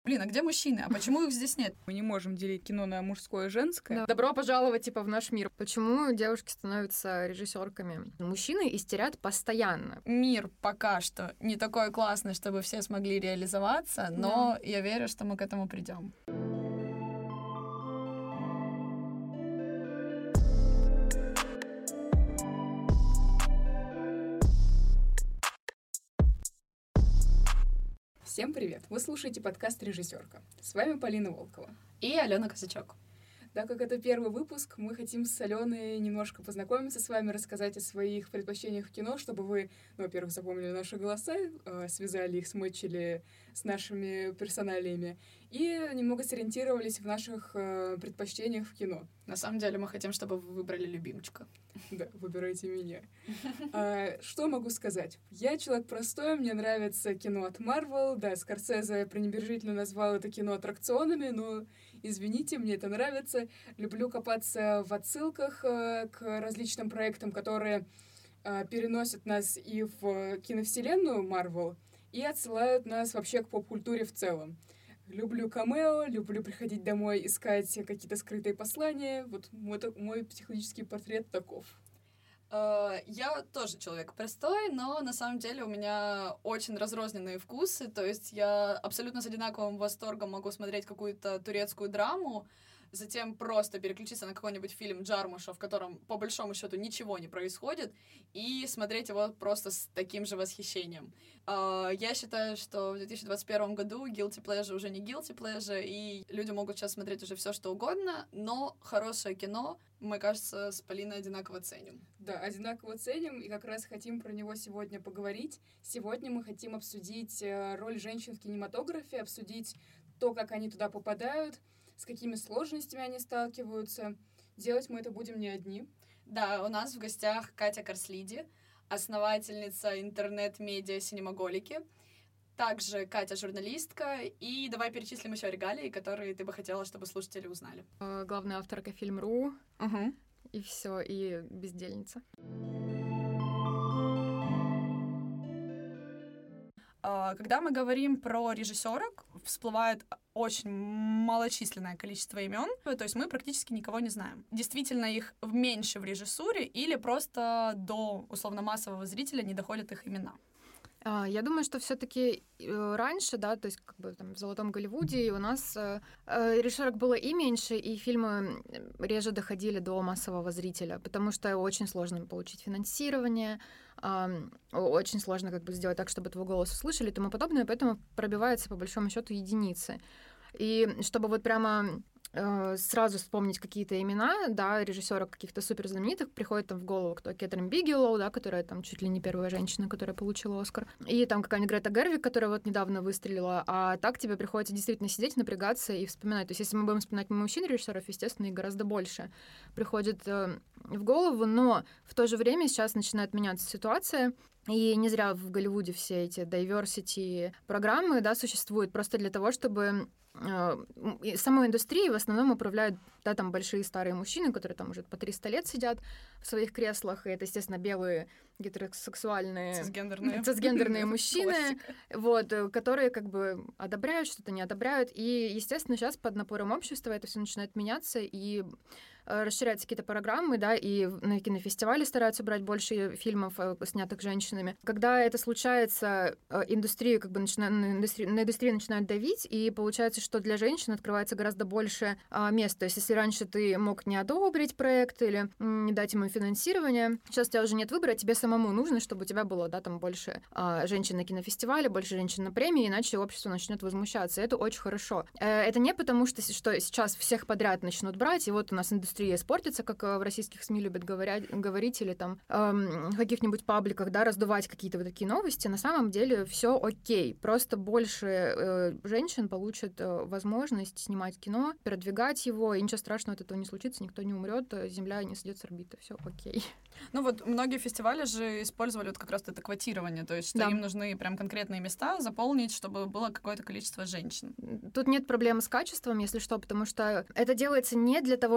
Блин, а где мужчины? А почему их здесь нет? Мы не можем делить кино на мужское и женское. Да. Добро пожаловать, в наш мир. Почему девушки становятся режиссерками? Мужчины истерят постоянно. Мир пока что не такой классный, чтобы все смогли реализоваться, но я верю, что мы к этому придем. Всем привет! Вы слушаете подкаст «Режиссерка». С вами Полина Волкова. И Алена Косачок. Так как это первый выпуск, мы хотим с Аленой немножко познакомиться с вами, рассказать о своих предпочтениях в кино, чтобы вы, во-первых, запомнили наши голоса, связали их, смычили с нашими персоналиями и немного сориентировались в наших предпочтениях в кино. На самом деле мы хотим, чтобы вы выбрали любимчика. Да, выбирайте меня. Что могу сказать? Я человек простой, мне нравится кино от Marvel. Да, Скорсезе пренебрежительно назвал это кино аттракционами, но, извините, мне это нравится. Люблю копаться в отсылках к различным проектам, которые переносят нас и в киновселенную Marvel, и отсылают нас вообще к поп-культуре в целом. Люблю камео, люблю приходить домой, искать какие-то скрытые послания. Вот мой психологический портрет таков. Я тоже человек простой, но на самом деле у меня очень разрозненные вкусы. То есть я абсолютно с одинаковым восторгом могу смотреть какую-то турецкую драму, затем просто переключиться на какой-нибудь фильм Джармуша, в котором по большому счету ничего не происходит, и смотреть его просто с таким же восхищением. Я считаю, что в 2021 году guilty pleasure уже не guilty pleasure, и люди могут сейчас смотреть уже все что угодно, но хорошее кино, мы, кажется, с Полиной одинаково ценим. Да, одинаково ценим, и как раз хотим про него сегодня поговорить. Сегодня мы хотим обсудить роль женщин в кинематографе, обсудить то, как они туда попадают, с какими сложностями они сталкиваются. Делать мы это будем не одни. Да, у нас в гостях Катя Корслиди, основательница интернет-медиа «Синемаголики». Также Катя журналистка. И давай перечислим еще регалии, которые ты бы хотела, чтобы слушатели узнали. Главная авторка Фильм.ру. Угу. И все, и бездельница. Когда мы говорим про режиссерок, всплывает очень малочисленное количество имен, то есть мы практически никого не знаем. Действительно, их меньше в режиссуре или просто до условно-массового зрителя не доходят их имена? Я думаю, что все-таки раньше, да, то есть как бы там в Золотом Голливуде у нас режиссерок было и меньше, и фильмы реже доходили до массового зрителя, потому что очень сложно получить финансирование, очень сложно как бы сделать так, чтобы твой голос услышали и тому подобное, поэтому пробивается по большому счету единицы. И чтобы вот прямо сразу вспомнить какие-то имена, да, режиссеров каких-то суперзнаменитых, приходит там в голову, кто Кэтрин Бигелоу, да, которая там чуть ли не первая женщина, которая получила Оскар, и там какая-нибудь Грета Гервиг, которая вот недавно выстрелила, а так тебе приходится действительно сидеть, напрягаться и вспоминать. То есть если мы будем вспоминать мужчин-режиссеров, естественно, их гораздо больше приходит в голову, но в то же время сейчас начинает меняться ситуация, и не зря в Голливуде все эти diversity программы, да, существуют просто для того, чтобы самой индустрией в основном управляют, да, там большие старые мужчины, которые там уже по 300 лет сидят в своих креслах, и это, естественно, белые гетеросексуальные цисгендерные мужчины, вот, которые как бы одобряют что-то, не одобряют, и, естественно, сейчас под напором общества это все начинает меняться, и расширяются какие-то программы, да, и на кинофестивале стараются брать больше фильмов, снятых женщинами. Когда это случается, индустрию как бы на индустрию начинают давить, и получается, что для женщин открывается гораздо больше мест. То есть если раньше ты мог не одобрить проект или не дать ему финансирование, сейчас у тебя уже нет выбора, тебе самому нужно, чтобы у тебя было, да, там больше женщин на кинофестивале, больше женщин на премии, иначе общество начнет возмущаться. Это очень хорошо. Это не потому, что сейчас всех подряд начнут брать, и вот у нас индустрия испортится, как в российских СМИ любят говорить, или там в каких-нибудь пабликах, да, раздувать какие-то вот такие новости. На самом деле все окей. Просто больше женщин получат возможность снимать кино, продвигать его, и ничего страшного от этого не случится, никто не умрет, Земля не сойдет с орбиты, все окей. Ну вот многие фестивали же использовали вот как раз это квотирование, то есть что им нужны прям конкретные места заполнить, чтобы было какое-то количество женщин. Тут нет проблемы с качеством, если что, потому что это делается не для того, чтобы специально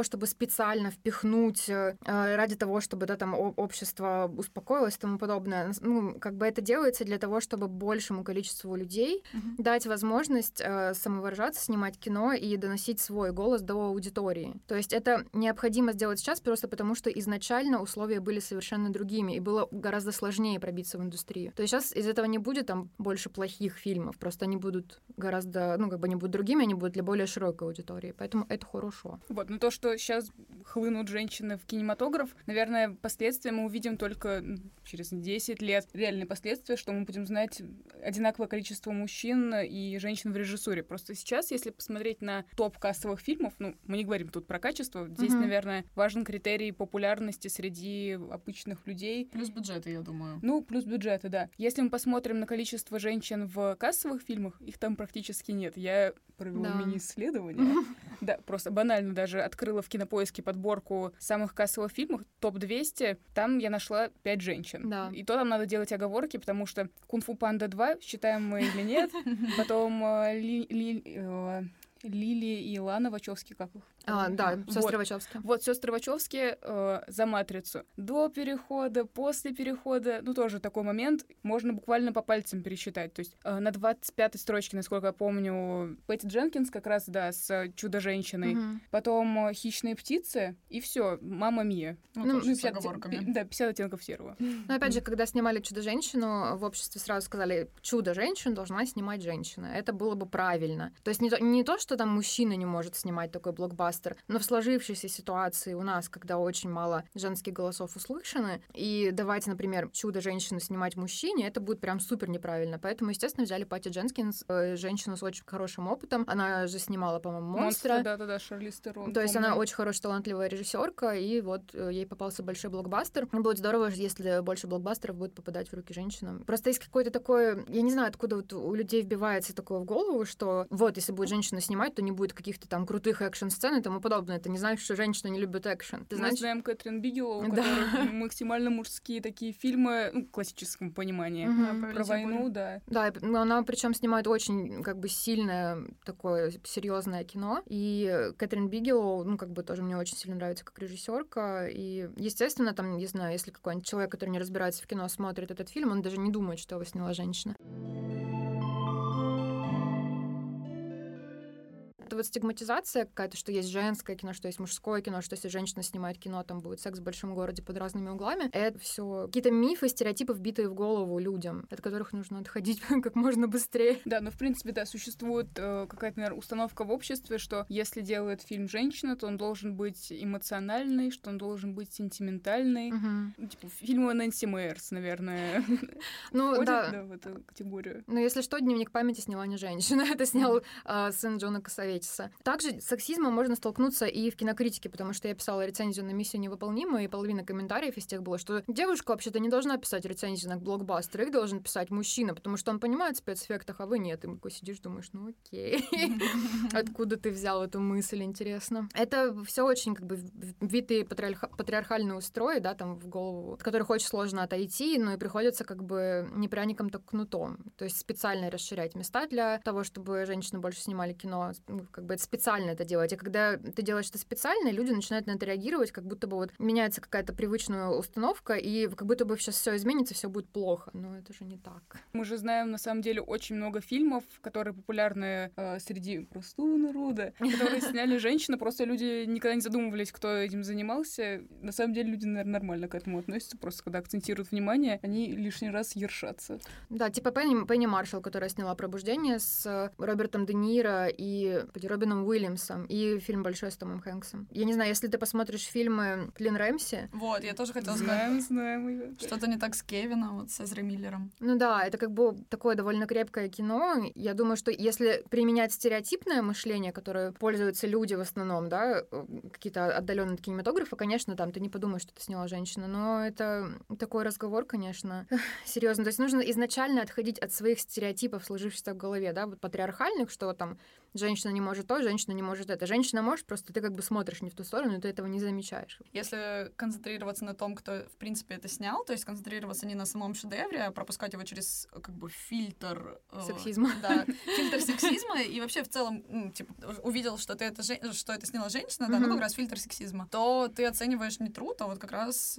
специально впихнуть ради того, чтобы, да, там общество успокоилось и тому подобное. Ну, как бы это делается для того, чтобы большему количеству людей дать возможность самовыражаться, снимать кино и доносить свой голос до аудитории. То есть это необходимо сделать сейчас просто потому, что изначально условия были совершенно другими, и было гораздо сложнее пробиться в индустрию. То есть сейчас из этого не будет там больше плохих фильмов, просто они будут гораздо, ну, как бы они будут другими, они будут для более широкой аудитории, поэтому это хорошо. Вот, но то, что сейчас хлынут женщины в кинематограф, наверное, последствия мы увидим только через 10 лет. Реальные последствия, что мы будем знать одинаковое количество мужчин и женщин в режиссуре. Просто сейчас, если посмотреть на топ кассовых фильмов, ну, мы не говорим тут про качество, здесь, наверное, важен критерий популярности среди обычных людей. Плюс бюджеты, я думаю. Ну, плюс бюджеты, да. Если мы посмотрим на количество женщин в кассовых фильмах, их там практически нет. Я провела мини-исследование. Да, просто банально даже открыла в Кинопоиске подборку самых кассовых фильмов, топ-200, там я нашла 5 женщин. Да. И то там надо делать оговорки, потому что «Кунг-фу Панда 2», считаем мы или нет, потом Лили и Лана Вачовски, как их? Да, сестры Вачовски. Вот, сестры Вачовски за «Матрицу». До перехода, после перехода, ну, тоже такой момент, можно буквально по пальцам пересчитать. То есть на 25-й строчке, насколько я помню, Пэтти Дженкинс как раз, да, с «Чудо-женщиной». Потом «Хищные птицы», и все, «Мамма Мия». Ну, 50 с оговорками. Да, 50 оттенков серого. Но опять же, когда снимали «Чудо-женщину», в обществе сразу сказали, «Чудо-женщину должна снимать женщина». Это было бы правильно. То есть не то, что там мужчина не может снимать такой блокбастер, но в сложившейся ситуации у нас, когда очень мало женских голосов услышаны, и давайте, например, «Чудо-женщину» снимать мужчине, это будет прям супер неправильно. Поэтому, естественно, взяли Патти Дженкинс, женщину с очень хорошим опытом. Она же снимала, по-моему, «Монстра». Да, Шарлиз Терон. То есть она очень хорошая, талантливая режиссерка, и вот ей попался большой блокбастер. Будет здорово, если больше блокбастеров будет попадать в руки женщинам. Просто есть какое-то такое, я не знаю, откуда вот у людей вбивается такое в голову, что вот, если будет женщина снимать, то не будет каких-то там крутых экшн-сцен и тому подобное. Это не значит, что женщины не любят экшен. Мы знаем Кэтрин Бигелоу, у которой максимально мужские такие фильмы, ну, в классическом понимании, про войну, да. Да, она причем снимает очень как бы сильное такое серьезное кино. И Кэтрин Бигелоу, ну, как бы тоже мне очень сильно нравится как режиссерка. И, естественно, там, не знаю, если какой-нибудь человек, который не разбирается в кино, смотрит этот фильм, он даже не думает, что его сняла женщина. Это вот стигматизация какая-то, что есть женское кино, что есть мужское кино, что если женщина снимает кино, там будет секс в большом городе под разными углами. Это все какие-то мифы, стереотипы, вбитые в голову людям, от которых нужно отходить как можно быстрее. Да, но в принципе, да, существует какая-то, наверное, установка в обществе, что если делает фильм женщина, то он должен быть эмоциональный, что он должен быть сентиментальный. Типа фильмы Нэнси Мейерс, наверное, входят в эту категорию. Ну, если что, «Дневник памяти» сняла не женщина, это снял сын Джона Кассаветиса. Также с сексизмом можно столкнуться и в кинокритике, потому что я писала рецензию на «Миссию невыполнима», и половина комментариев из тех было, что девушка вообще-то не должна писать рецензию на блокбастер, их должен писать мужчина, потому что он понимает в спецэффектах, а вы нет. И такой сидишь, думаешь, ну окей, откуда ты взял эту мысль, интересно. Это все очень как бы вбитые патриархальные устрои, да, там в голову, от которых очень сложно отойти, но и приходится как бы не пряником, так кнутом. То есть специально расширять места для того, чтобы женщины больше снимали кино, как бы это специально это делать. И когда ты делаешь это специально, люди начинают на это реагировать, как будто бы вот меняется какая-то привычная установка, и как будто бы сейчас все изменится, все будет плохо. Но это же не так. Мы же знаем, на самом деле, очень много фильмов, которые популярны среди простого народа, которые сняли женщины, просто люди никогда не задумывались, кто этим занимался. На самом деле люди, наверное, нормально к этому относятся, просто когда акцентируют внимание, они лишний раз ершатся. Да, типа Пенни Маршалл, которая сняла «Пробуждение» с Робертом Де Ниро и Робином Уильямсом, и фильм «Большой» с Томом Хэнксом. Я не знаю, если ты посмотришь фильмы Клин Рэмси... Вот, я тоже хотела сказать. Знаем ее. Что-то не так с Кевином, вот с Эзрой Миллером. Ну да, это как бы такое довольно крепкое кино. Я думаю, что если применять стереотипное мышление, которое пользуются люди в основном, да, какие-то отдаленные кинематографы, конечно, там ты не подумаешь, что ты сняла женщину, но это такой разговор, конечно, серьезно. То есть нужно изначально отходить от своих стереотипов, сложившихся в голове, да, вот патриархальных, что там женщина не может то, женщина не может это. Женщина может, просто ты как бы смотришь не в ту сторону, и ты этого не замечаешь. Если концентрироваться на том, кто, в принципе, это снял, то есть концентрироваться не на самом шедевре, а пропускать его через, как бы, фильтр... Сексизма. Да, фильтр сексизма, и вообще в целом, типа, увидел, что это сняла женщина, да, ну, как раз фильтр сексизма, то ты оцениваешь не труд, а вот как раз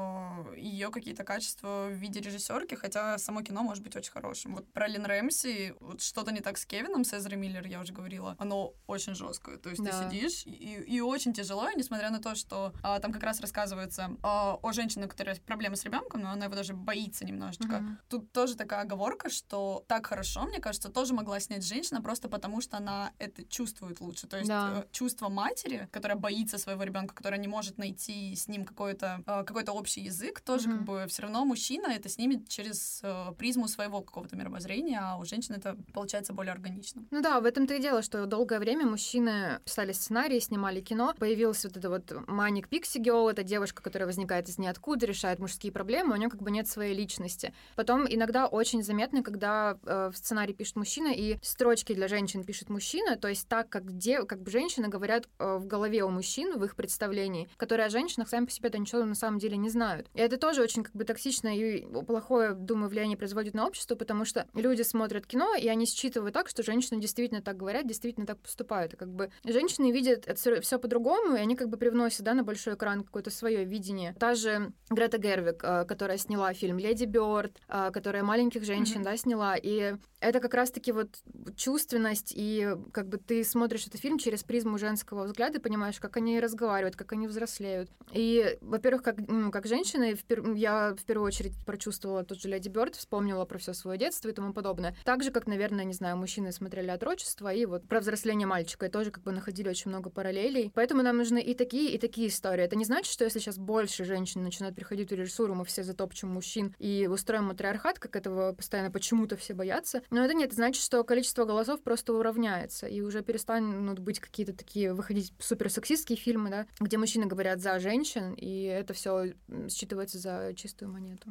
ее какие-то качества в виде режиссерки, хотя само кино может быть очень хорошим. Вот про Лин Рэмси, вот что-то не так с Кевином, с Эзрой Миллер, я уже говорила, оно очень жесткое. То есть ты сидишь, и очень тяжело, несмотря на то, что там как раз рассказывается о женщине, у которой проблемы с ребенком, но она его даже боится немножечко. Тут тоже такая оговорка, что так хорошо, мне кажется, тоже могла снять женщина просто потому, что она это чувствует лучше. То есть чувство матери, которая боится своего ребенка, которая не может найти с ним какой-то общий язык, тоже как бы все равно мужчина это снимет через призму своего какого-то мировоззрения, а у женщин это получается более органично. Ну да, в этом-то и дело, что долгое время мужчины писали сценарии, снимали кино. Появилась вот эта вот Manic Pixie Girl, это девушка, которая возникает из ниоткуда, решает мужские проблемы, у нее как бы нет своей личности. Потом иногда очень заметно, когда в сценарий пишет мужчина, и строчки для женщин пишет мужчина, то есть так, как бы женщины говорят в голове у мужчин, в их представлении, которые о женщинах сами по себе это ничего на самом деле не знают. И это тоже очень как бы токсично и плохое, думаю, влияние производит на общество, потому что люди смотрят кино, и они считывают так, что женщины действительно так говорят, действительно так поступают. И как бы женщины видят это все по-другому, и они как бы привносят, да, на большой экран какое-то свое видение. Та же Грета Гервиг, которая сняла фильм «Леди Бёрд», которая «Маленьких женщин», да, сняла, и это как раз-таки вот чувственность, и как бы ты смотришь этот фильм через призму женского взгляда и понимаешь, как они разговаривают, как они взрослеют. И, во-первых, как женщина, я в первую очередь прочувствовала тот же «Леди Бёрд», вспомнила про все свое детство и тому подобное. Так же, как, наверное, не знаю, мужчины смотрели «Отрочество», и вот про взросление мальчика, и тоже как бы находили очень много параллелей. Поэтому нам нужны и такие истории. Это не значит, что если сейчас больше женщин начинают приходить в режиссуру, мы все затопчем мужчин и устроим матриархат, как этого постоянно почему-то все боятся. Но это нет, это значит, что количество голосов просто уравняется, и уже перестанут быть какие-то такие, выходить суперсексистские фильмы, да, где мужчины говорят за женщин, и это все считывается за чистую монету.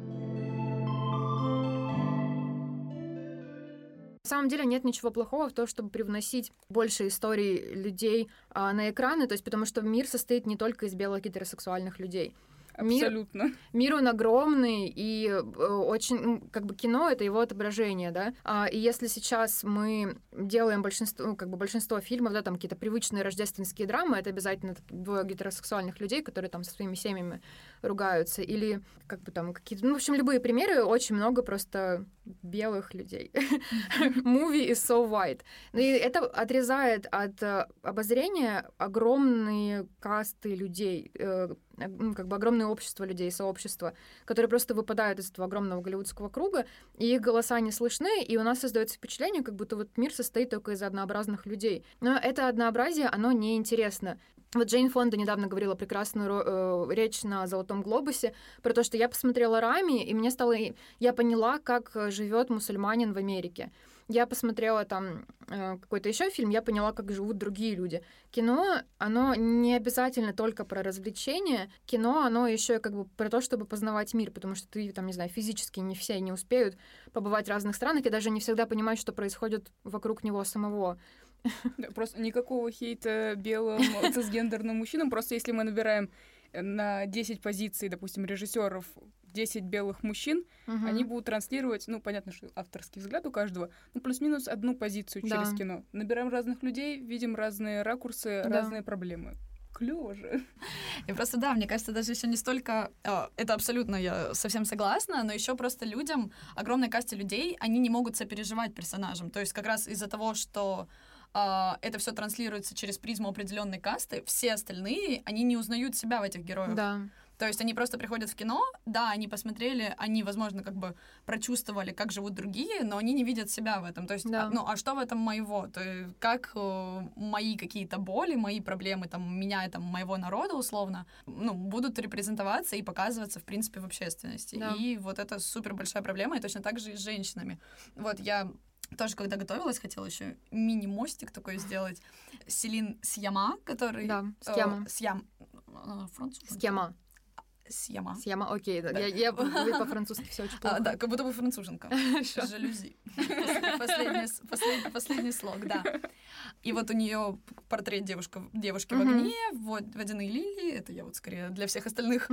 На самом деле нет ничего плохого в том, чтобы привносить больше историй людей на экраны, то есть потому что мир состоит не только из белых гетеросексуальных людей. Абсолютно. Мир он огромный, и очень, как бы кино — это его отображение, да. И если сейчас мы делаем большинство фильмов, да, там какие-то привычные рождественские драмы, это обязательно двое гетеросексуальных людей, которые там со своими семьями ругаются, или как бы там какие-то, в общем, любые примеры, очень много просто белых людей. Movie is so white. И это отрезает от обозрения огромные касты людей, как бы огромное общество людей, сообщество, которые просто выпадают из этого огромного голливудского круга, и их голоса не слышны, и у нас создается впечатление, как будто вот мир состоит только из однообразных людей. Но это однообразие, оно неинтересно. Вот Джейн Фонда недавно говорила прекрасную речь на «Золотом глобусе» про то, что я посмотрела «Рами», и я поняла, как живет мусульманин в Америке. Я посмотрела там какой-то еще фильм, я поняла, как живут другие люди. Кино, оно не обязательно только про развлечения. Кино, оно еще как бы про то, чтобы познавать мир, потому что ты, там, не знаю, физически не все не успеют побывать в разных странах и даже не всегда понимать, что происходит вокруг него самого. Да, просто никакого хейта белым цисгендерным мужчинам. Просто если мы набираем на 10 позиций, допустим, режиссеров 10 белых мужчин, они будут транслировать, понятно, что авторский взгляд у каждого, плюс-минус одну позицию через кино. Набираем разных людей, видим разные ракурсы, разные проблемы. Клёво же. И просто, да, мне кажется, даже еще не столько... это абсолютно, я совсем согласна, но еще просто людям, огромной касте людей, они не могут сопереживать персонажам. То есть как раз из-за того, что это все транслируется через призму определенной касты, все остальные, они не узнают себя в этих героях. Да. То есть они просто приходят в кино, да, они посмотрели, они, возможно, как бы прочувствовали, как живут другие, но они не видят себя в этом. То есть, а что в этом моего? То есть, как мои какие-то боли, мои проблемы, там, меня, там, моего народа, условно, будут репрезентоваться и показываться, в принципе, в общественности. Да. И вот это супер большая проблема, и точно так же и с женщинами. Вот я тоже, когда готовилась, хотела еще мини-мостик такой сделать. Селин Сьяма, который... Да, Сьяма. Француз. Сьяма. Сьяма, окей, Да. я по-французски все очень плохо. Да, как будто бы француженка. Жалюзи. Последний слог, да. И вот у нее портрет девушки в огне, водяные лилии, это я вот скорее для всех остальных.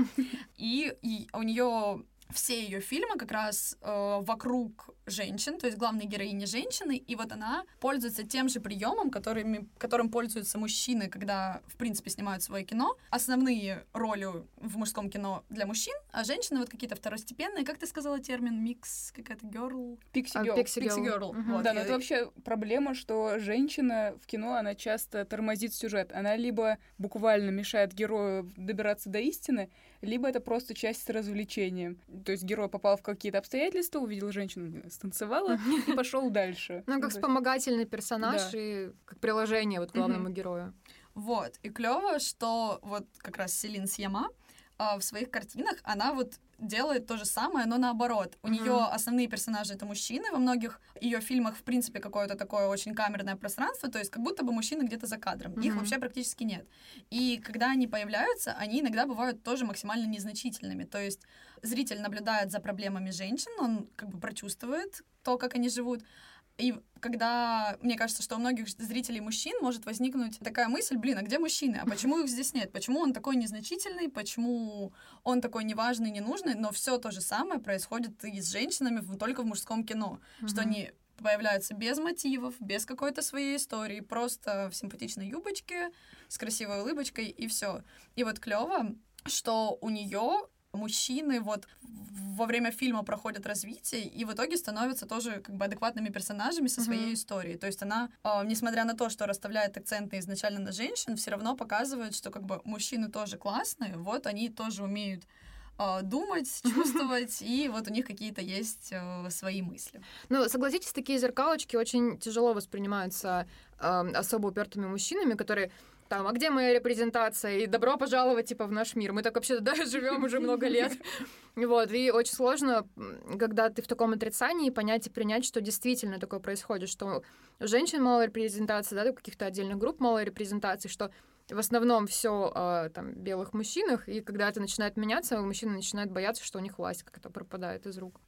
И у нее все ее фильмы как раз вокруг женщин, то есть главной героини женщины, и вот она пользуется тем же приемом, которым пользуются мужчины, когда, в принципе, снимают свое кино. Основные роли в мужском кино для мужчин, а женщины вот какие-то второстепенные. Как ты сказала термин? Микс какая-то girl? Pixie girl. Pixie Girl. Вот, Да, но это вообще проблема, что женщина в кино, она часто тормозит сюжет. Она либо буквально мешает герою добираться до истины, либо это просто часть развлечения. То есть герой попал в какие-то обстоятельства, увидел женщину, станцевала и пошел дальше. Ну, как вспомогательный персонаж и как приложение вот главному герою. Вот. И клево, что вот как раз Селин Сьяма в своих картинах, она вот делает то же самое, но наоборот. У нее основные персонажи — это мужчины. Во многих ее фильмах, в принципе, какое-то такое очень камерное пространство, то есть как будто бы мужчины где-то за кадром. Их вообще практически нет. И когда они появляются, они иногда бывают тоже максимально незначительными. То есть зритель наблюдает за проблемами женщин, он как бы прочувствует то, как они живут. И когда, мне кажется, что у многих зрителей мужчин может возникнуть такая мысль, а где мужчины? А почему их здесь нет? Почему он такой незначительный? Почему он такой неважный, ненужный? Но все то же самое происходит и с женщинами только в мужском кино. Что они появляются без мотивов, без какой-то своей истории, просто в симпатичной юбочке, с красивой улыбочкой, и все. И вот клево, что у нее мужчины вот во время фильма проходят развитие и в итоге становятся тоже как бы адекватными персонажами со своей историей. То есть она, несмотря на то, что расставляет акценты изначально на женщин, все равно показывает, что как бы мужчины тоже классные, вот они тоже умеют думать, чувствовать, и вот у них какие-то есть свои мысли. Ну, согласитесь, такие зеркалочки очень тяжело воспринимаются особо упертыми мужчинами, которые там, а где моя репрезентация? И добро пожаловать, типа, в наш мир. Мы так вообще да, живем уже много лет. Вот, и очень сложно, когда ты в таком отрицании, понять и принять, что действительно такое происходит, что у женщин мало репрезентации, да, у каких-то отдельных групп мало репрезентации, что в основном все там белых мужчинах, и когда это начинает меняться, мужчины начинают бояться, что у них власть как-то пропадает из рук.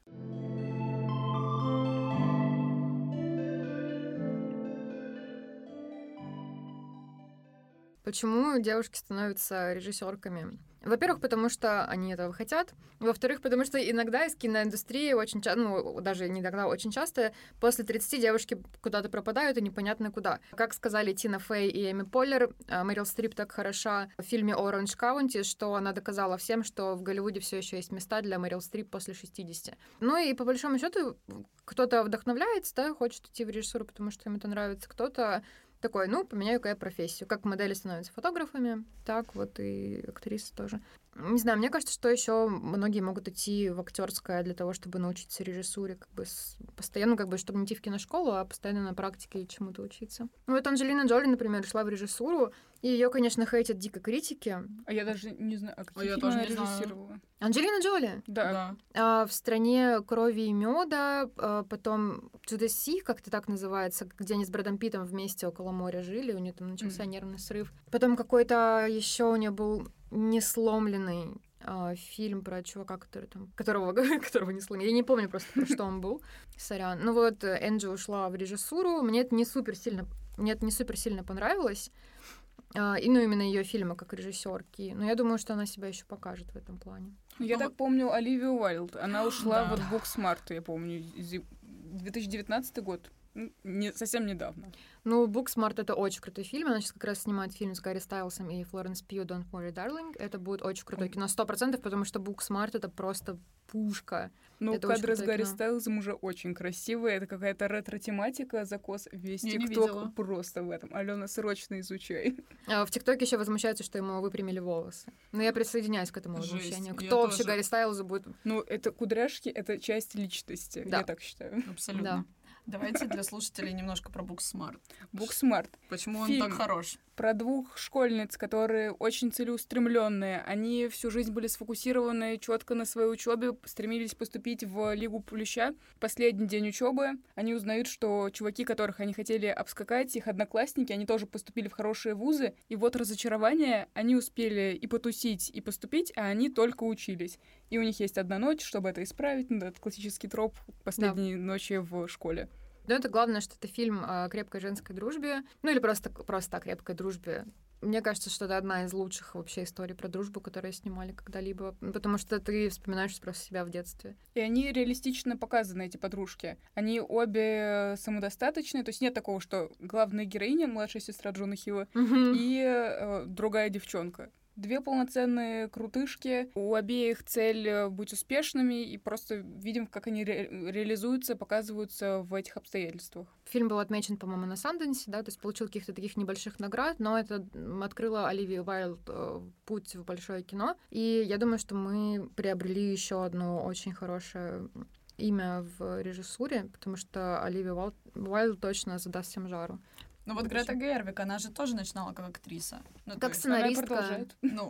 Почему девушки становятся режиссерками? Во-первых, потому что они этого хотят. Во-вторых, потому что иногда из киноиндустрии очень часто, ну, даже не иногда, очень часто после 30 девушки куда-то пропадают и непонятно куда. Как сказали Тина Фей и Эми Поллер, Мэрил Стрип так хороша в фильме «Оранж Каунти», что она доказала всем, что в Голливуде все еще есть места для Мэрил Стрип после 60. Ну и по большому счету кто-то вдохновляется, да, хочет идти в режиссуру, потому что им это нравится, кто-то такой, ну, поменяю-ка я профессию. Как модели становятся фотографами, так вот и актрисы тоже. Не знаю, мне кажется, что еще многие могут идти в актерское для того, чтобы научиться режиссуре, как бы постоянно, как бы, чтобы не идти в киношколу, а постоянно на практике чему-то учиться. Ну, вот Анджелина Джоли, например, шла в режиссуру, и ее, конечно, хейтят дико критики. А я даже не знаю, какие фильмы она режиссировала. Анджелина Джоли? Да. В «Стране крови и меда», потом «To the Sea», как-то так называется, где они с Брэдом Питтом вместе около моря жили, у нее там начался нервный срыв. Потом какой-то еще у нее был несломленный фильм про чувака, которого не сломили. Я не помню просто, про что он был. Сорян. Ну вот, Энджи ушла в режиссуру. Мне это не супер сильно понравилось. И, ну, именно ее фильмы как режиссерки. Но я думаю, что она себя еще покажет в этом плане. Я так помню Оливию Уайлд. Она ушла вот в Booksmart, я помню, 2019 год. Совсем недавно. Ну, Booksmart — это очень крутой фильм. Она сейчас как раз снимает фильм с Гарри Стайлсом и Флоренс Пью «Don't Worry, Darling». Это будет очень крутое кино, 100%, потому что Booksmart — это просто пушка. Ну, это кадры с Гарри Стайлзом уже очень красивые. Это какая-то ретро-тематика, закос. Весь ТикТок просто в этом. Алена, срочно изучай. В ТикТоке еще возмущаются, что ему выпрямили волосы. Но я присоединяюсь к этому возмущению. Кто вообще Гарри Стайлзу будет? Ну, это кудряшки, это часть личности. Да. Я так считаю. Абсолютно. Да. Давайте для слушателей немножко про Booksmart. Booksmart. Почему он так хорош? про 2 школьниц, которые очень целеустремленные. Они всю жизнь были сфокусированы четко на своей учебе, стремились поступить в Лигу Плюща. Последний день учебы они узнают, что чуваки, которых они хотели обскакать, их одноклассники, они тоже поступили в хорошие вузы. И вот разочарование, они успели и потусить, и поступить, а они только учились. И у них есть одна ночь, чтобы это исправить. Ну, это классический троп последней ночи в школе. Но это главное, что это фильм о крепкой женской дружбе. Ну или просто о крепкой дружбе. Мне кажется, что это одна из лучших вообще историй про дружбу, которые снимали когда-либо. Потому что ты вспоминаешь просто себя в детстве. И они реалистично показаны, эти подружки. Они обе самодостаточные. То есть нет такого, что главная героиня, младшая сестра Джона Хилла, и другая девчонка. 2 полноценные крутышки, у обеих цель быть успешными, и просто видим, как они реализуются, показываются в этих обстоятельствах. Фильм был отмечен, по-моему, на Санденсе, да, то есть получил каких-то таких небольших наград, но это открыло Оливии Уайлд путь в большое кино, и я думаю, что мы приобрели еще одно очень хорошее имя в режиссуре, потому что Оливия Уайлд точно задаст всем жару. Ну вот Грета Гервиг, она же тоже начинала как актриса. Ну, как сценаристка.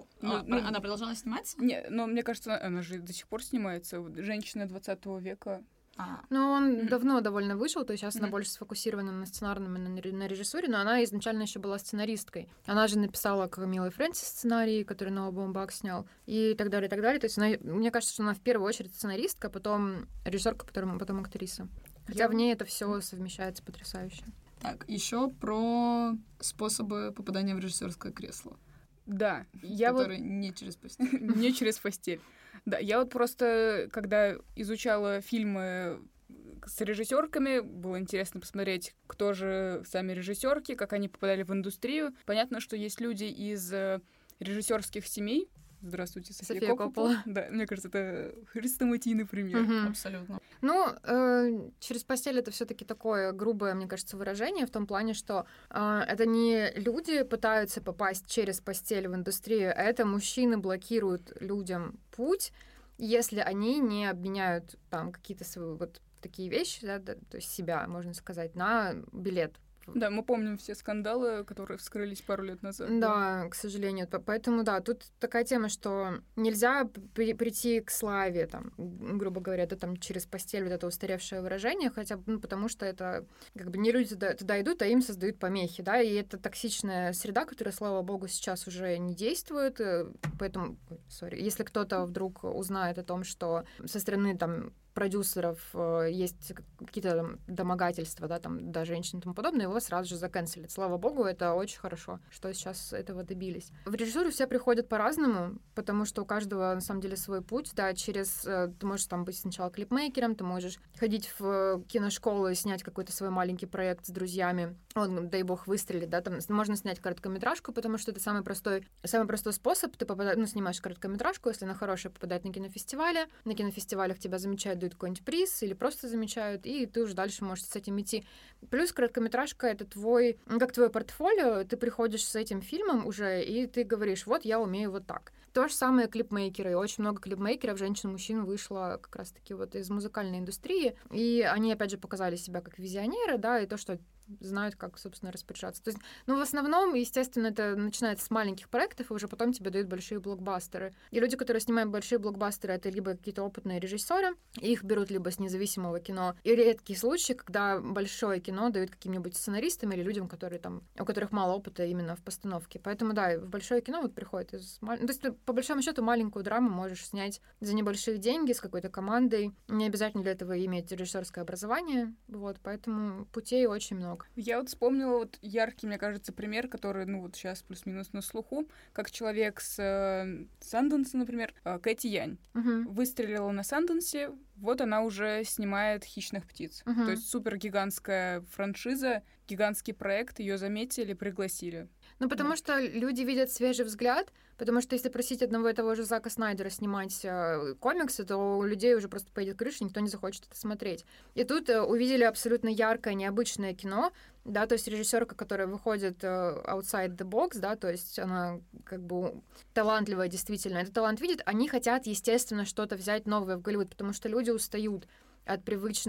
Она продолжала сниматься? Нет, но мне кажется, она же до сих пор снимается. Женщина 20 века. Ну, он давно довольно вышел, то есть сейчас она больше сфокусирована на сценарном и на режиссуре, но она изначально еще была сценаристкой. Она же написала Камилы Фрэнсис сценарий, который Ноа Баумбах снял, и так далее, и так далее. То есть она, мне кажется, что она в первую очередь сценаристка, потом режиссерка, потом актриса. Хотя в ней это все совмещается потрясающе. Так, еще про способы попадания в режиссерское кресло. Да. Которые не через постель. Не через постель. Да, я вот просто, когда изучала фильмы с режиссерками, было интересно посмотреть, кто же сами режиссерки, как они попадали в индустрию. Понятно, что есть люди из режиссерских семей. Здравствуйте, София Коппола. Да, мне кажется, это хрестоматийный пример. Абсолютно. Ну, через постель это все-таки такое грубое, мне кажется, выражение в том плане, что это не люди пытаются попасть через постель в индустрию, а это мужчины блокируют людям путь, если они не обменяют там какие-то свои вот такие вещи, да, то есть себя, можно сказать, на билет. Да, мы помним все скандалы, которые вскрылись пару лет назад. Да, к сожалению. Поэтому, да, тут такая тема, что нельзя прийти к славе, там, грубо говоря, это там через постель, вот это устаревшее выражение, хотя бы, потому что это как бы не люди туда идут, а им создают помехи, да, и это токсичная среда, которая, слава богу, сейчас уже не действует, поэтому, если кто-то вдруг узнает о том, что со стороны, там, продюсеров есть какие-то там домогательства, да, там, до женщин и тому подобное, его сразу же заканцелят. Слава богу, это очень хорошо, что сейчас этого добились. В режиссуру все приходят по-разному, потому что у каждого, на самом деле, свой путь, да, ты можешь там быть сначала клипмейкером, ты можешь ходить в киношколу и снять какой-то свой маленький проект с друзьями, он, дай бог, выстрелит, да, там можно снять короткометражку, потому что это самый простой способ, ты снимаешь короткометражку, если она хорошая, попадает на кинофестивалях тебя замечают, дают какой-нибудь приз или просто замечают, и ты уже дальше можешь с этим идти. Плюс короткометражка — это как твое портфолио, ты приходишь с этим фильмом уже, и ты говоришь, вот, я умею вот так. То же самое клипмейкеры. Очень много клипмейкеров, женщин, мужчин, вышло как раз-таки вот из музыкальной индустрии, и они, опять же, показали себя как визионеры, да, и то, что знают, как, собственно, распоряжаться. То есть, в основном, естественно, это начинается с маленьких проектов, и уже потом тебе дают большие блокбастеры. И люди, которые снимают большие блокбастеры, это либо какие-то опытные режиссеры, их берут либо с независимого кино, и редкие случаи, когда большое кино дают каким-нибудь сценаристам или людям, у которых мало опыта именно в постановке. Поэтому, да, в большое кино вот приходит то есть, по большому счету, маленькую драму можешь снять за небольшие деньги с какой-то командой. Не обязательно для этого иметь режиссерское образование, вот, поэтому путей очень много. Я вот вспомнила вот яркий, мне кажется, пример, который, вот сейчас плюс-минус на слуху, как человек с Санденса, например, Кэти Янь. Выстрелила на Санденсе, вот она уже снимает «Хищных птиц». То есть супер-гигантская франшиза, гигантский проект, ее заметили, пригласили. Потому что люди видят свежий взгляд, потому что если просить одного и того же Зака Снайдера снимать комиксы, то у людей уже просто поедет крыша, никто не захочет это смотреть. И тут увидели абсолютно яркое, необычное кино, да, то есть режиссерка, которая выходит outside the box, да, то есть она как бы талантливая действительно, этот талант видит, они хотят, естественно, что-то взять новое в Голливуд, потому что люди устают от привычных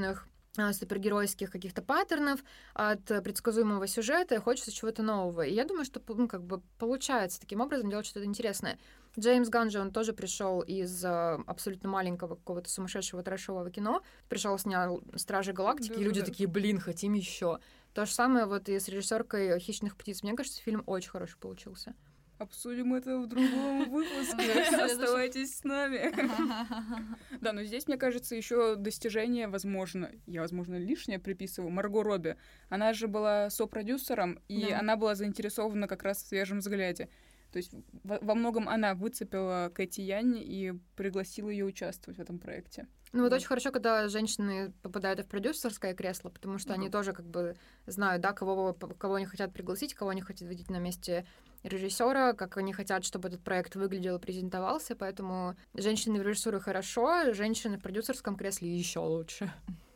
супергеройских каких-то паттернов, от предсказуемого сюжета, и хочется чего-то нового. И я думаю, что получается таким образом делать что-то интересное. Джеймс Ганн же, он тоже пришел из абсолютно маленького какого-то сумасшедшего трэшевого кино, пришел, снял «Стражи Галактики», и люди такие, хотим еще. То же самое вот и с режиссеркой «Хищных птиц». Мне кажется, фильм очень хороший получился. Обсудим это в другом выпуске. Оставайтесь с нами. Да, но здесь, мне кажется, еще достижение, возможно, я, возможно, лишнее приписываю, Марго Робби. Она же была сопродюсером, и она была заинтересована как раз в свежем взгляде. То есть во многом она выцепила Кэти Янни и пригласила ее участвовать в этом проекте. Ну вот очень хорошо, когда женщины попадают в продюсерское кресло, потому что они тоже как бы знают, да, кого они хотят пригласить, кого они хотят видеть на месте режиссера, как они хотят, чтобы этот проект выглядел и презентовался, поэтому женщины в режиссуре хорошо, женщины в продюсерском кресле еще лучше.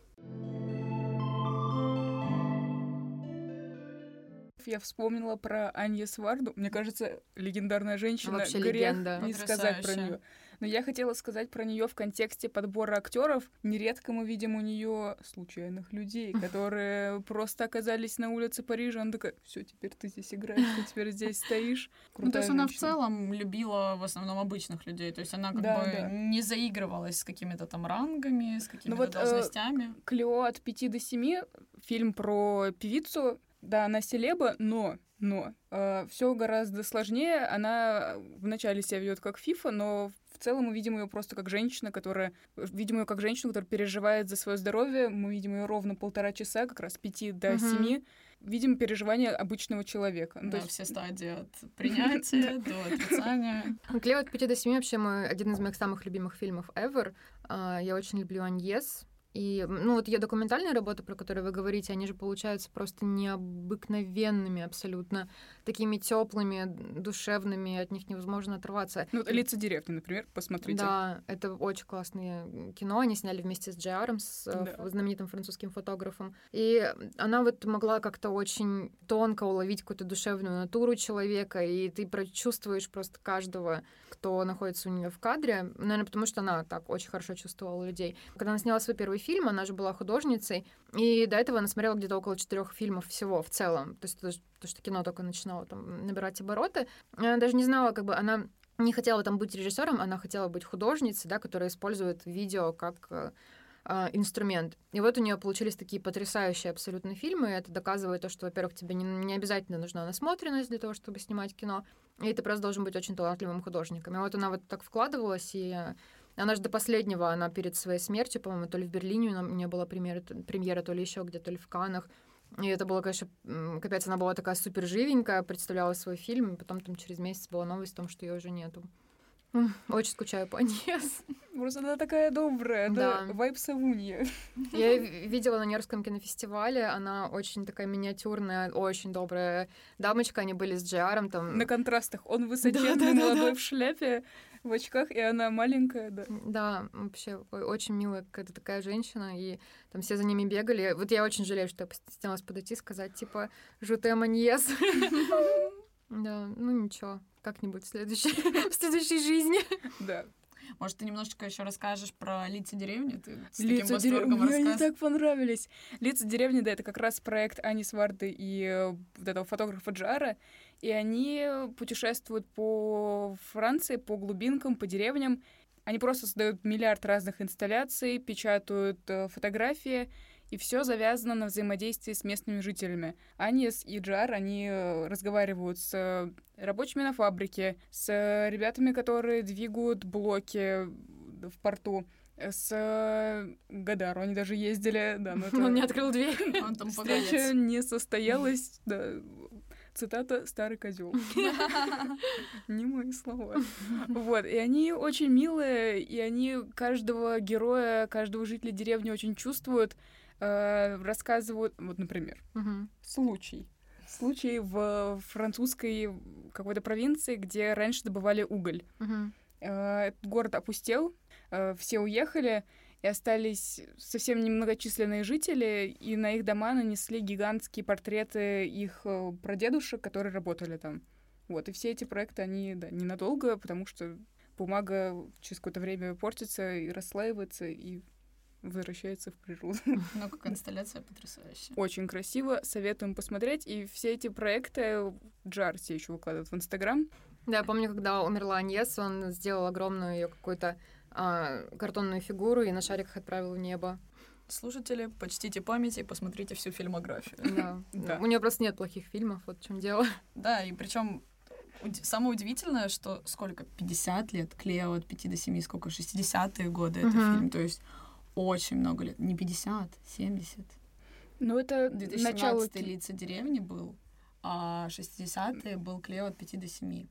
Я вспомнила про Аньес Варду. Мне кажется, легендарная женщина. Вообще грех легенда. не сказать про нее. Но я хотела сказать про нее в контексте подбора актеров. Нередко мы видим у нее случайных людей, которые просто оказались на улице Парижа. Она такая: все, теперь ты здесь играешь, ты теперь здесь стоишь. Ну, то есть она в целом любила в основном обычных людей. То есть она как бы не заигрывалась с какими-то там рангами, с какими-то должностями. Клео от 5 до 7, фильм про певицу. Да, она селеба, но все гораздо сложнее. Она вначале себя ведет как Фифа, но в целом мы видим ее просто как женщину, которая переживает за свое здоровье. Мы видим ее ровно 1,5 часа, как раз 5 до 7. Видим переживания обычного человека. Да, все стадии от принятия до отрицания. Клео от 5 до 7 вообще один из моих самых любимых фильмов ever. Я очень люблю Аньес. И, вот ее документальные работы, про которые вы говорите, они же получаются просто необыкновенными абсолютно, такими теплыми, душевными, от них невозможно оторваться. «Лица деревни», например, посмотрите. Да, это очень классное кино, они сняли вместе с Джей-Аром, с знаменитым французским фотографом. И она вот могла как-то очень тонко уловить какую-то душевную натуру человека, и ты прочувствуешь просто каждого, кто находится у нее в кадре, наверное, потому что она так очень хорошо чувствовала людей. Когда она сняла свой первый фильм, она же была художницей, и до этого она смотрела где-то около 4 фильмов всего в целом, то есть то, что кино только начинало там набирать обороты. Она даже не знала, как бы она не хотела там быть режиссером, она хотела быть художницей, да, которая использует видео как инструмент. И вот у нее получились такие потрясающие абсолютно фильмы, и это доказывает то, что, во-первых, тебе не обязательно нужна насмотренность для того, чтобы снимать кино, и ты просто должен быть очень талантливым художником. И вот она вот так вкладывалась, и она же до последнего, она перед своей смертью, по-моему, то ли в Берлине у нее была премьера, то ли еще где-то, то ли в Каннах. И это было, конечно, капец, она была такая супер живенькая, представляла свой фильм, и потом там через месяц была новость о том, что ее уже нету. Очень скучаю по Аньес. Просто она такая добрая, да, вайб Савунья. Я ее видела на Нью-Йоркском кинофестивале, она очень такая миниатюрная, очень добрая дамочка, они были с Джей-Аром там. На контрастах, он высоченный, молодой в шляпе, в очках, и она маленькая, да. Да, вообще очень милая какая-то такая женщина, и там все за ними бегали. Вот я очень жалею, что я постеснялась подойти и сказать, типа, «Жутем Аньес». Да, ничего, как-нибудь в следующей жизни. Да. Может, ты немножечко еще расскажешь про «Лица деревни»? Ты с «Лица деревни», мне они так понравились. «Лица деревни», да, это как раз проект Ани Сварды и вот этого фотографа Джара, и они путешествуют по Франции, по глубинкам, по деревням. Они просто создают миллиард разных инсталляций, печатают фотографии, и все завязано на взаимодействии с местными жителями. Аньес и Джар, они разговаривают с рабочими на фабрике, с ребятами, которые двигают блоки в порту, с Гадару. Они даже ездили. Да, но он не открыл дверь. Он там встреча не состоялась. Да. Цитата «старый козел». Не мои слова. Вот, и они очень милые, и они каждого героя, каждого жителя деревни очень чувствуют, рассказывают, вот, например, случай в французской какой-то провинции, где раньше добывали уголь. Город опустел, все уехали, и остались совсем немногочисленные жители, и на их дома нанесли гигантские портреты их прадедушек, которые работали там. Вот, и все эти проекты, они, да, ненадолго, потому что бумага через какое-то время портится и расслаивается, и возвращается в природу. Ну, как инсталляция потрясающая. Очень красиво, советуем посмотреть. И все эти проекты Джар все еще выкладывают в Инстаграм. Да, я помню, когда умерла Аньес, он сделал огромную ее какую-то картонную фигуру и на шариках отправил в небо. Слушатели, почтите память и посмотрите всю фильмографию. Да. У нее просто нет плохих фильмов, вот в чем дело. Да, и причем самое удивительное, что сколько? 50 лет? Клео от 5 до 7, сколько? 60-е годы это фильм. То есть очень много лет. Не 50, 70. Ну, это 2017 «Лица деревни» был, а 60-е был Клео от 5 до 7.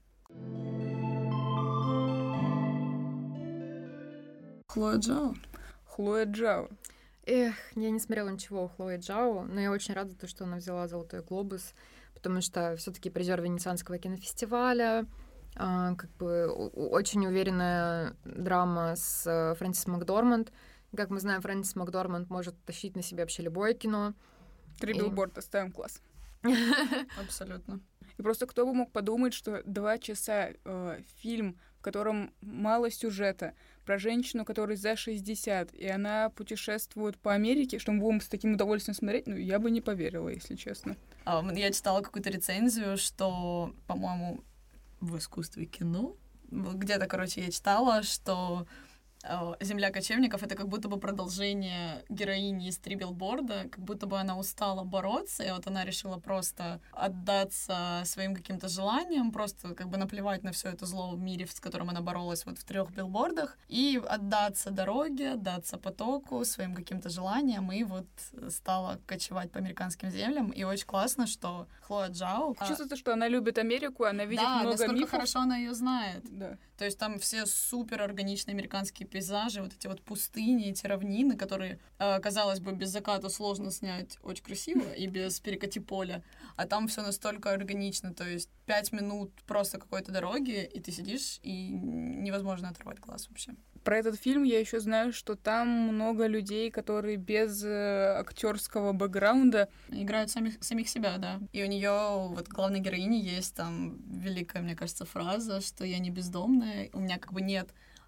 Хлоя Джао. Эх, я не смотрела ничего у Хлои Джао, но я очень рада, что она взяла «Золотой глобус», потому что все-таки призер Венецианского кинофестиваля, как бы очень уверенная драма с Фрэнсис Макдорманд. Как мы знаем, Фрэнсис Макдорманд может тащить на себе вообще любое кино. 3 билборда, ставим класс. Абсолютно. И просто кто бы мог подумать, что 2 часа фильм, в котором мало сюжета, про женщину, которой за 60, и она путешествует по Америке, что мы будем с таким удовольствием смотреть, ну, я бы не поверила, если честно. Я читала какую-то рецензию, что, по-моему, в искусстве кино, где-то, короче, я читала, что «Земля кочевников» — это как будто бы продолжение героини из «3 билборда», как будто бы она устала бороться, и вот она решила просто отдаться своим каким-то желаниям, просто как бы наплевать на все это зло в мире, с которым она боролась вот в 3 билбордах, и отдаться дороге, отдаться потоку, своим каким-то желаниям, и вот стала кочевать по американским землям. И очень классно, что Хлоя Джао... Чувствуется, что она любит Америку, она видит много насколько мифов. хорошо она ее знает. Да. То есть там все супер органичные американские пейзажи, вот эти вот пустыни, эти равнины, которые, казалось бы, без заката сложно снять очень красиво и без перекати поля, а там все настолько органично, то есть 5 минут просто какой-то дороги, и ты сидишь, и невозможно оторвать глаз вообще. Про этот фильм я еще знаю, что там много людей, которые без актерского бэкграунда играют самих себя, да. И у нее вот главной героини есть там великая, мне кажется, фраза, что я не бездомная, у меня как бы нет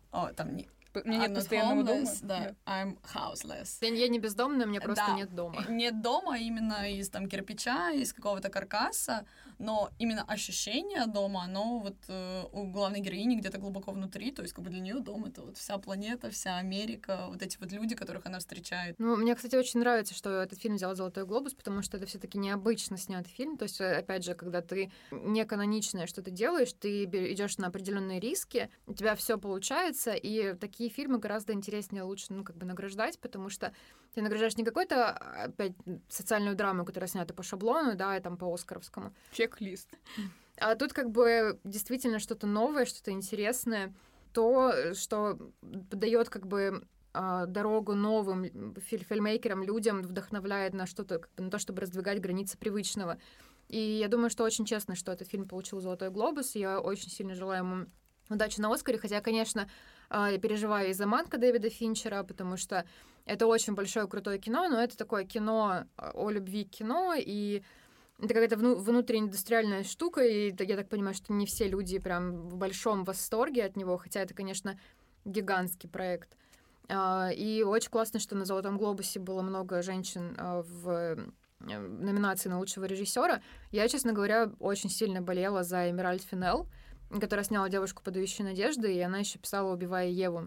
у меня нет постоянного дома. Да, I'm houseless. Я не бездомная, у меня просто нет дома. Нет дома именно из там кирпича, из какого-то каркаса, но именно ощущение дома, оно вот у главной героини где-то глубоко внутри, то есть как бы для нее дом — это вот вся планета, вся Америка, вот эти вот люди, которых она встречает. Ну, мне, кстати, очень нравится, что этот фильм взял «Золотой глобус», потому что это все-таки необычно снятый фильм, то есть, опять же, когда ты не каноничное что-то делаешь, ты идешь на определенные риски, у тебя все получается, и такие фильмы гораздо интереснее, лучше, награждать, потому что ты награждаешь не какую-то, опять, социальную драму, которая снята по шаблону, да, и там по оскаровскому. Чек-лист. А тут как бы действительно что-то новое, что-то интересное, то, что дает как бы дорогу новым фильммейкерам, людям, вдохновляет на что-то, на то, чтобы раздвигать границы привычного. И я думаю, что очень честно, что этот фильм получил «Золотой глобус», и я очень сильно желаю ему удачи на Оскаре, хотя, конечно, я переживаю из-за «Манка» Дэвида Финчера, потому что это очень большое крутое кино, но это такое кино о любви к кино, и это какая-то внутрииндустриальная штука, и я так понимаю, что не все люди прям в большом восторге от него, хотя это, конечно, гигантский проект. И очень классно, что на «Золотом глобусе» было много женщин в номинации на лучшего режиссера. Я, честно говоря, очень сильно болела за Эмеральд Феннелл, которая сняла «Девушку, подающую надежды», и она еще писала «Убивая Еву».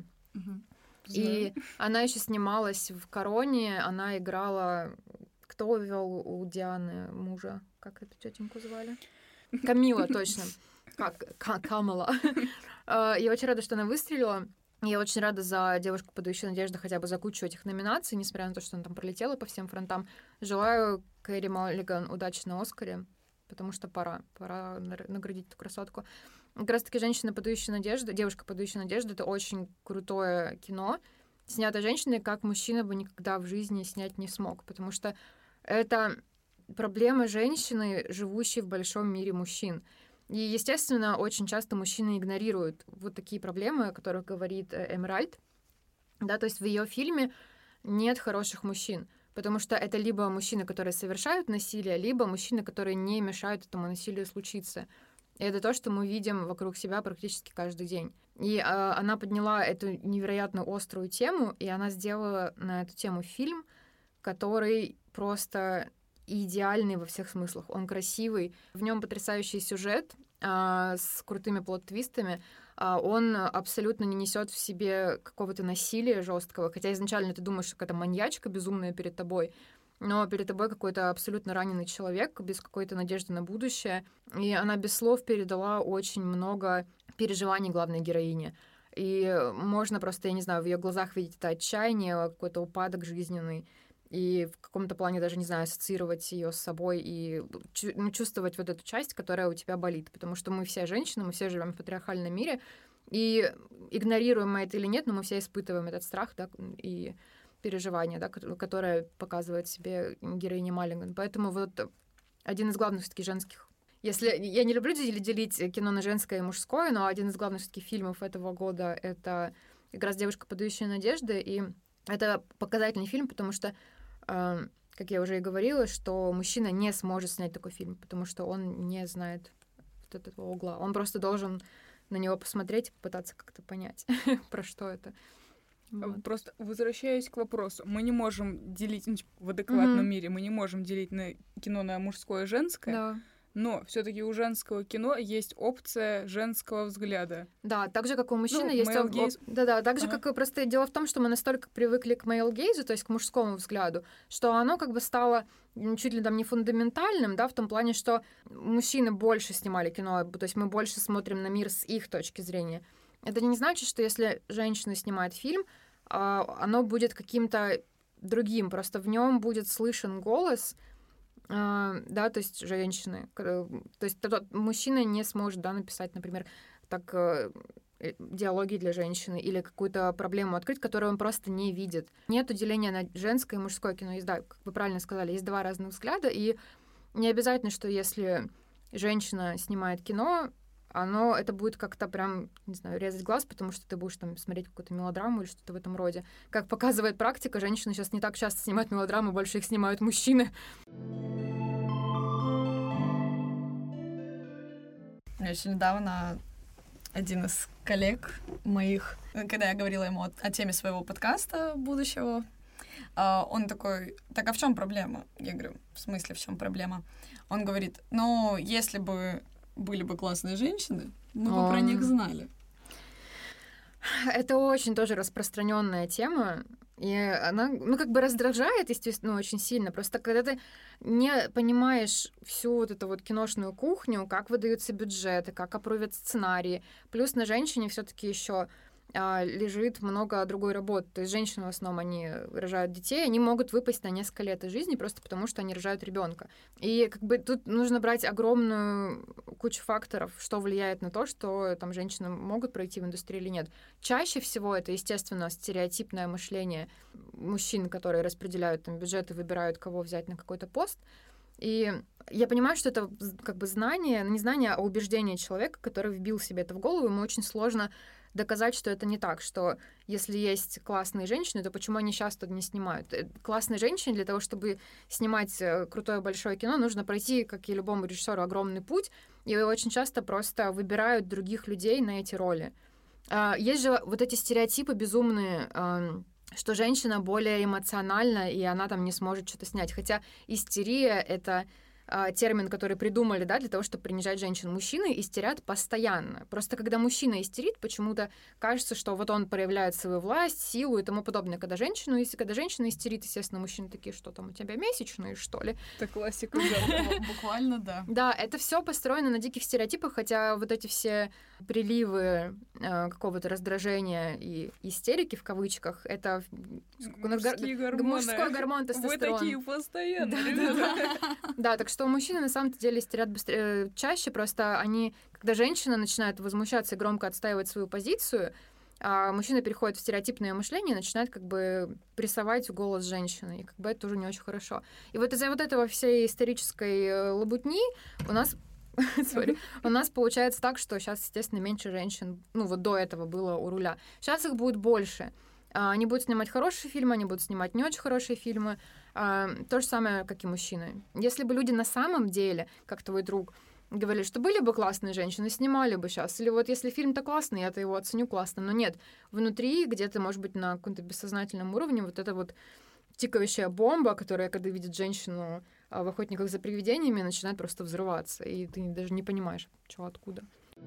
И она еще снималась в «Короне», она играла... Кто вел у Дианы мужа? Как эту тетеньку звали? Камила, точно. Камала. Я очень рада, что она выстрелила. Я очень рада за «Девушку, подающую надежды», хотя бы за кучу этих номинаций, несмотря на то, что она там пролетела по всем фронтам. Желаю Кэрри Маллиган удачи на Оскаре, потому что пора наградить эту красотку. Как раз-таки «Женщина, подающая надежды», «Девушка, подающая надежды» — это очень крутое кино, снято женщиной, как мужчина бы никогда в жизни снять не смог, потому что это проблема женщины, живущей в большом мире мужчин. И, естественно, очень часто мужчины игнорируют вот такие проблемы, о которых говорит Эмеральд. Да, то есть в ее фильме нет хороших мужчин, потому что это либо мужчины, которые совершают насилие, либо мужчины, которые не мешают этому насилию случиться. И это то, что мы видим вокруг себя практически каждый день. И она подняла эту невероятно острую тему, и она сделала на эту тему фильм, который просто идеальный во всех смыслах. Он красивый, в нем потрясающий сюжет с крутыми плот-твистами. Он абсолютно не несет в себе какого-то насилия жесткого, хотя изначально ты думаешь, что какая-то маньячка безумная перед тобой, но перед тобой какой-то абсолютно раненый человек без какой-то надежды на будущее. И она без слов передала очень много переживаний главной героини. И можно просто, я не знаю, в ее глазах видеть это отчаяние, какой-то упадок жизненный, и в каком-то плане даже, не знаю, ассоциировать ее с собой и чувствовать вот эту часть, которая у тебя болит. Потому что мы все женщины, мы все живем в патриархальном мире, и игнорируем мы это или нет, но мы все испытываем этот страх, да, и переживания, да, которое показывает себе героиня Маллиган. Поэтому вот один из главных все-таки женских... Если я не люблю делить кино на женское и мужское, но один из главных все-таки фильмов этого года — это как раз «Девушка, подающая надежды», и это показательный фильм, потому что, как я уже и говорила, что мужчина не сможет снять такой фильм, потому что он не знает вот этого угла. Он просто должен на него посмотреть и попытаться как-то понять, про что это. Вот. Просто возвращаясь к вопросу, мы не можем делить, в адекватном мире мы не можем делить кино на мужское и женское, Да. но все-таки у женского кино есть опция женского взгляда. Да, так же, как у мужчины есть... male gaze. Да, так же, как и просто дело в том, что мы настолько привыкли к male gaze, то есть к мужскому взгляду, что оно как бы стало чуть ли там не фундаментальным, да, в том плане, что мужчины больше снимали кино, то есть мы больше смотрим на мир с их точки зрения. Это не значит, что если женщина снимает фильм, оно будет каким-то другим, просто в нем будет слышен голос, да, то есть женщины. То есть мужчина не сможет, да, написать, например, так диалоги для женщины или какую-то проблему открыть, которую он просто не видит. Нет деления на женское и мужское кино. Есть, да, как вы правильно сказали, есть два разных взгляда, и не обязательно, что если женщина снимает кино, это будет как-то прям, не знаю, резать глаз, потому что ты будешь там смотреть какую-то мелодраму или что-то в этом роде. Как показывает практика, женщины сейчас не так часто снимают мелодрамы, больше их снимают мужчины. Очень недавно один из коллег моих, когда я говорила ему о теме своего подкаста будущего, он такой: так а в чем проблема? Я говорю: в смысле, в чем проблема? Он говорит: если бы были бы классные женщины, мы бы про них знали. Это очень тоже распространенная тема, и она, как бы раздражает, естественно, очень сильно. Просто когда ты не понимаешь всю вот эту вот киношную кухню, как выдаются бюджеты, как опровят сценарии, плюс на женщине все-таки еще лежит много другой работы. То есть женщины в основном, они рожают детей, они могут выпасть на несколько лет из жизни просто потому, что они рожают ребенка. И как бы тут нужно брать огромную кучу факторов, что влияет на то, что там женщины могут пройти в индустрию или нет. Чаще всего это, естественно, стереотипное мышление мужчин, которые распределяют там бюджеты, выбирают, кого взять на какой-то пост. И я понимаю, что это как бы знание, не знание, а убеждение человека, который вбил себе это в голову, ему очень сложно доказать, что это не так, что если есть классные женщины, то почему они часто не снимают? Классные женщины для того, чтобы снимать крутое большое кино, нужно пройти, как и любому режиссеру, огромный путь, и очень часто просто выбирают других людей на эти роли. Есть же вот эти стереотипы безумные, что женщина более эмоциональна, и она там не сможет что-то снять. Хотя истерия — это термин, который придумали, да, для того, чтобы принижать женщин. Мужчины истерят постоянно. Просто когда мужчина истерит, почему-то кажется, что вот он проявляет свою власть, силу и тому подобное. Когда женщина истерит, естественно, мужчины такие: что там, у тебя месячные, что ли? Это классика. Буквально, да. Да, это все построено на диких стереотипах, хотя вот эти все приливы какого-то раздражения и истерики, в кавычках, это мужской гормон тестостерон. Вы такие постоянно. Да, так что мужчины на самом деле истерят быстрее, чаще, просто они, когда женщина начинает возмущаться и громко отстаивать свою позицию, а мужчина переходит в стереотипное мышление и начинает как бы прессовать голос женщины, и как бы это уже не очень хорошо. И вот из-за вот этого всей исторической лабутни у нас получается так, что сейчас, естественно, меньше женщин, вот до этого было у руля. Сейчас их будет больше. Они будут снимать хорошие фильмы, они будут снимать не очень хорошие фильмы. То же самое, как и мужчины. Если бы люди на самом деле, как твой друг, говорили, что были бы классные женщины, снимали бы сейчас. Или вот если фильм-то классный, я-то его оценю классно. Но нет, внутри, где-то, может быть, на каком-то бессознательном уровне вот эта вот тикающая бомба, которая, когда видит женщину в «Охотниках за привидениями», начинает просто взрываться. И ты даже не понимаешь, что откуда.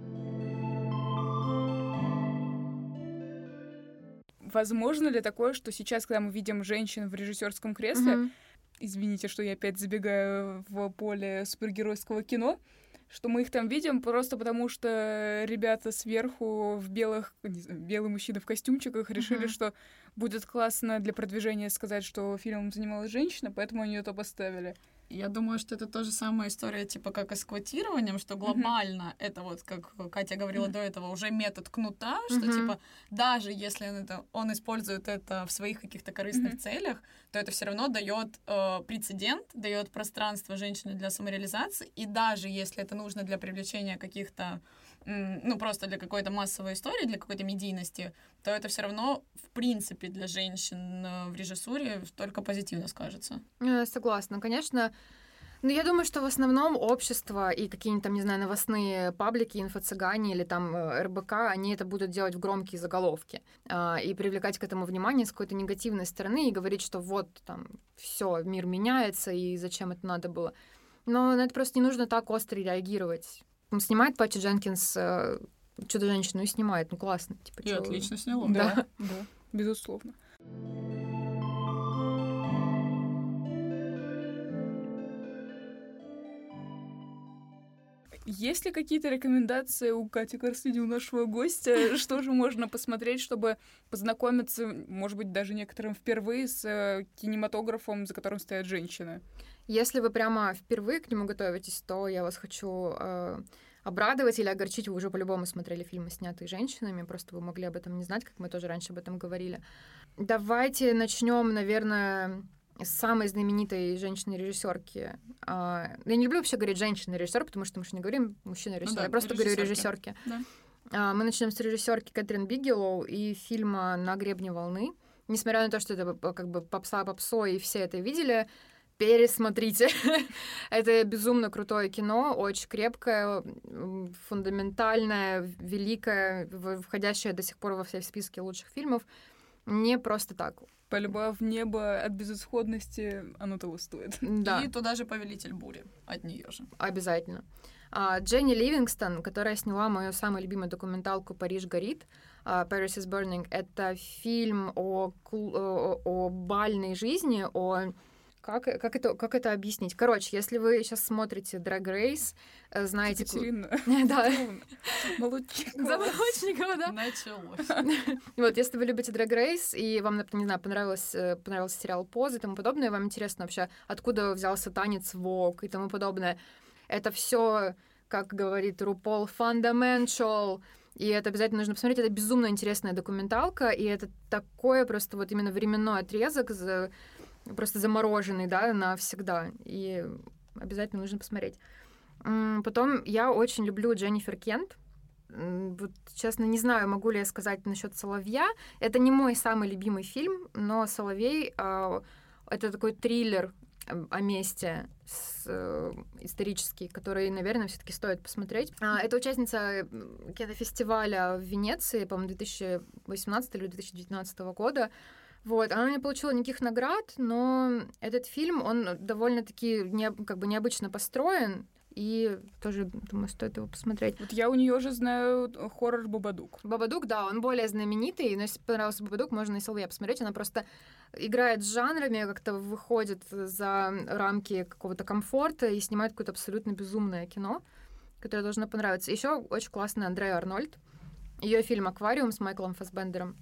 Возможно ли такое, что сейчас, когда мы видим женщин в режиссерском кресле, извините, что я опять забегаю в поле супергеройского кино, что мы их там видим просто потому, что ребята сверху в белых, не знаю, белые мужчины в костюмчиках решили, что будет классно для продвижения сказать, что фильмом занималась женщина, поэтому они это поставили. Я думаю, что это тоже самая история, типа, как и с квотированием, что глобально это вот, как Катя говорила до этого, уже метод кнута, что, типа, даже если он использует это в своих каких-то корыстных целях, то это все равно дает прецедент, дает пространство женщине для самореализации, и даже если это нужно для привлечения каких-то, ну, просто для какой-то массовой истории, для какой-то медийности, то это все равно, в принципе, для женщин в режиссуре только позитивно скажется. Согласна, конечно. Но я думаю, что в основном общество и какие-нибудь там, не знаю, новостные паблики, инфо-цыгане или там РБК, они это будут делать в громкие заголовки и привлекать к этому внимание с какой-то негативной стороны и говорить, что вот там все, мир меняется и зачем это надо было. Но на это просто не нужно так остро реагировать. Снимает Патти Дженкинс «Чудо-женщину» и снимает, ну классно. Типа, и отлично сняло. Да, безусловно. Есть ли какие-то рекомендации у Кати Корсыни, у нашего гостя? Что же можно посмотреть, чтобы познакомиться, может быть, даже некоторым впервые с кинематографом, за которым стоят женщины? Если вы прямо впервые к нему готовитесь, то я вас хочу обрадовать или огорчить. Вы уже по-любому смотрели фильмы, снятые женщинами, просто вы могли об этом не знать, как мы тоже раньше об этом говорили. Давайте начнем, наверное, с самой знаменитой женщины-режиссерки. Я не люблю вообще говорить женщина-режиссер, потому что мы же не говорим мужчина-режиссер, я просто говорю режиссерки. Да. Мы начнем с режиссерки Кэтрин Бигелоу и фильма «На гребне волны». Несмотря на то, что это как бы попса попсой, и все это видели, пересмотрите. Это безумно крутое кино, очень крепкое, фундаментальное, великое, входящее до сих пор во все списки лучших фильмов. Не просто так. «Полюбав небо от безысходности», оно того стоит. Да. И туда же «Повелитель бури» от нее же. Обязательно. Дженни Ливингстон, которая сняла мою самую любимую документалку «Париж горит», «Paris is Burning», это фильм о бальной жизни, о... Как это объяснить? Короче, если вы сейчас смотрите Drag Race, знаете... Екатерина. Да. Молодчикова, да. Началось. Вот, если вы любите Drag Race, и вам, не знаю, понравился сериал «Поза» и тому подобное, и вам интересно вообще, откуда взялся танец Vogue и тому подобное, это все, как говорит RuPaul, fundamental, и это обязательно нужно посмотреть. Это безумно интересная документалка, и это такое просто вот именно временной отрезок, просто замороженный, да, навсегда. И обязательно нужно посмотреть. Потом я очень люблю Дженнифер Кент. Вот, честно, не знаю, могу ли я сказать насчет «Соловья». Это не мой самый любимый фильм, но «Соловей» — это такой триллер о месте исторический, который, наверное, все-таки стоит посмотреть. Это участница кинофестиваля в Венеции, по-моему, 2018 или 2019 года. Вот, она не получила никаких наград, но этот фильм, он довольно-таки необычно построен, и тоже, думаю, стоит его посмотреть. Вот я у нее уже знаю хоррор «Бабадук». «Бабадук», да, он более знаменитый, но если понравился «Бабадук», можно и «Соловья» посмотреть. Она просто играет с жанрами, как-то выходит за рамки какого-то комфорта и снимает какое-то абсолютно безумное кино, которое должно понравиться. Еще очень классная Андреа Арнольд. Ее фильм «Аквариум» с Майклом Фассбендером.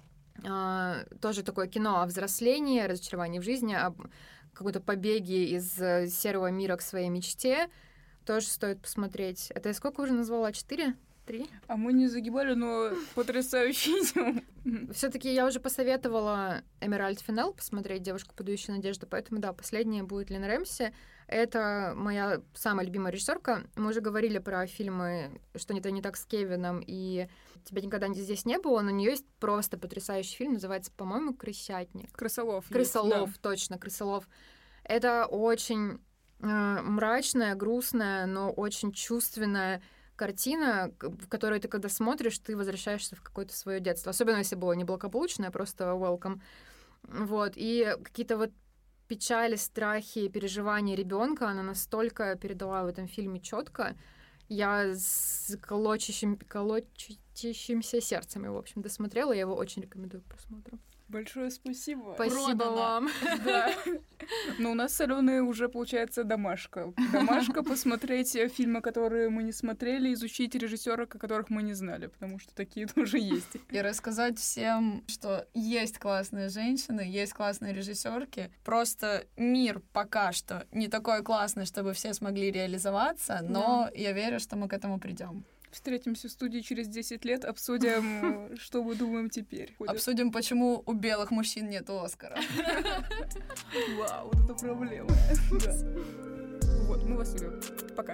Тоже такое кино о взрослении, о разочаровании в жизни, о какой-то побеге из серого мира к своей мечте. Тоже стоит посмотреть. Это я сколько уже назвала? 4? 3? А мы не загибали, но потрясающий фильм. Все-таки я уже посоветовала Эмеральд Феннелл посмотреть «Девушку, подающую надежду», поэтому, да, последняя будет Лин Рэмси. Это моя самая любимая режиссерка. Мы уже говорили про фильмы «Что-то не так с Кевином» и «Тебя никогда здесь не было», но у нее есть просто потрясающий фильм, называется, по-моему, «Крысятник». «Крысолов». «Крысолов», да. Точно, «Крысолов». Это очень мрачная, грустная, но очень чувственная картина, в которой ты, когда смотришь, ты возвращаешься в какое-то свое детство. Особенно, если было неблагополучное, просто welcome. Вот. И какие-то вот печали, страхи, переживания ребенка она настолько передала в этом фильме четко. Я с колотящимся сердцем его, в общем, досмотрела. Я его очень рекомендую к просмотру. Большое спасибо. Спасибо вам. Да. Но у нас с Аленой уже получается домашка. Домашка посмотреть фильмы, которые мы не смотрели, изучить режиссеров, о которых мы не знали, потому что такие тоже есть. И рассказать всем, что есть классные женщины, есть классные режиссерки. Просто мир пока что не такой классный, чтобы все смогли реализоваться, но я верю, что мы к этому придем. Встретимся в студии через 10 лет, обсудим, что мы думаем теперь. Обсудим, почему у белых мужчин нет Оскара. Вау, вот это проблема. Вот, мы вас любим. Пока.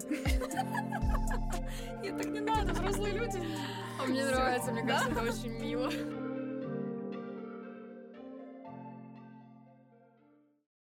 Нет, так не надо, взрослые люди. Мне нравится, мне кажется, это очень мило.